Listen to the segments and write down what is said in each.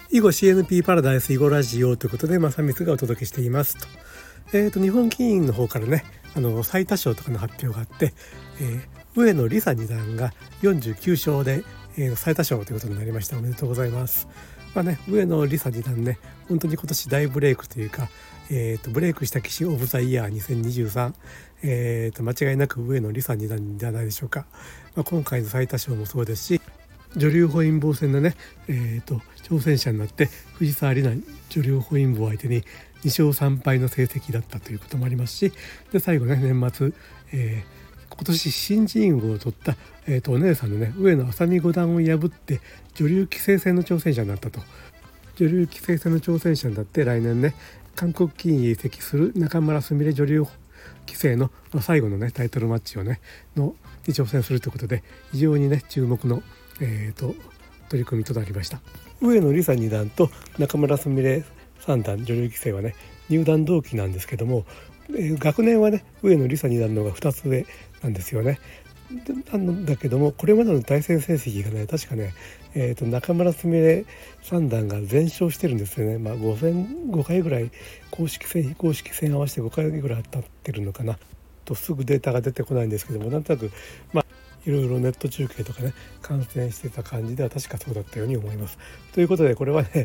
囲碁 CNP パラダイス囲碁ラジオということで正光がお届けしていますと。日本棋院の方からね最多勝とかの発表があって、上野梨沙二段が49勝で、最多勝ということになりました。おめでとうございます。上野梨沙二段ね、本当に今年大ブレイクというか、ブレイクした棋士オブザイヤー2023、間違いなく上野梨沙二段じゃないでしょうか。今回の最多勝もそうですし、女流本因坊戦のね、挑戦者になって藤沢里菜女流本因坊相手に2勝3敗の成績だったということもありますし、で最後ね年末、今年新人王を取った、お姉さんのね上野愛咲美五段を破って女流棋聖戦の挑戦者になったと。女流棋聖戦の挑戦者になって来年ね韓国棋院へ移籍する仲邑菫女流棋聖の最後のねタイトルマッチをねに挑戦するということで、非常にね注目の取り組みとなりました。上野梨沙二段と仲邑菫三段女流棋聖はね入段同期なんですけども、学年はね上野梨沙二段の方が2つ上なんですよね。なんだけどもこれまでの対戦成績がね確かね、仲邑菫三段が全勝してるんですよね。5回ぐらい公式戦非公式戦合わせて5回ぐらい当たってるのかなと、すぐデータが出てこないんですけども、なんとなくいろいろネット中継とかね観戦してた感じでは確かそうだったように思います。ということでこれはね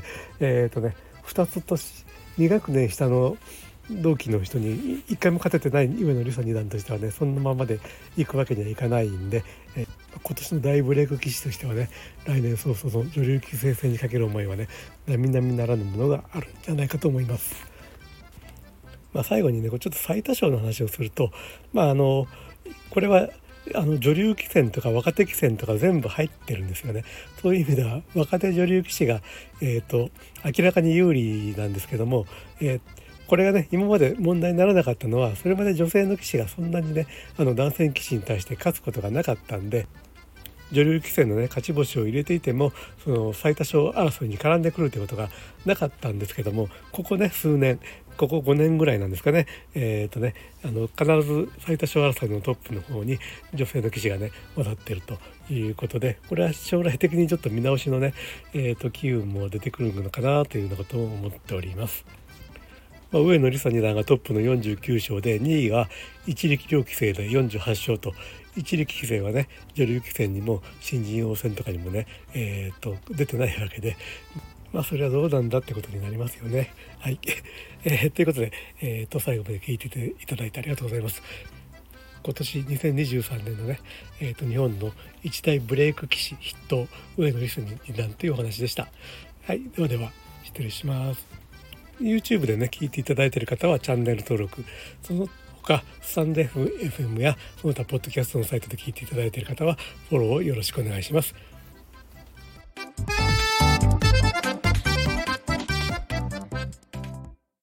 2つ年2学年下の同期の人に1回も勝ててない上野梨沙二段としてはねそのままでいくわけにはいかないんで、今年の大ブレイク棋士としてはね来年早々の女流棋聖戦にかける思いはね並々ならぬものがあるんじゃないかと思います。最後にねちょっと最多勝の話をすると、これは女流棋戦とか若手棋戦とか全部入ってるんですよね。そういう意味では若手女流棋士が、明らかに有利なんですけども、これがね今まで問題にならなかったのは、それまで女性の棋士がそんなにね男性棋士に対して勝つことがなかったんで、女流棋戦のね勝ち星を入れていてもその最多勝争いに絡んでくるということがなかったんですけども、ここね数年ここ5年ぐらいなんですかね、必ず最多勝争いのトップの方に女性の棋士がね戻っているということで、これは将来的にちょっと見直しのね、機運も出てくるのかなというようなことを思っております。上野梨沙二段がトップの49勝で、2位が一力遼棋聖で48勝と、一力棋聖はね女流棋戦にも新人王戦とかにもね、出てないわけで、それはどうなんだってことになりますよね。はい、ということで、最後まで聞いていただいてありがとうございます。今年2023年のね、日本の一大ブレイク棋士筆頭上野梨沙二段というお話でした。はい、では失礼します。YouTube でね聞いていただいている方はチャンネル登録、その他スタンド FM やその他ポッドキャストのサイトで聞いていただいている方はフォローをよろしくお願いします。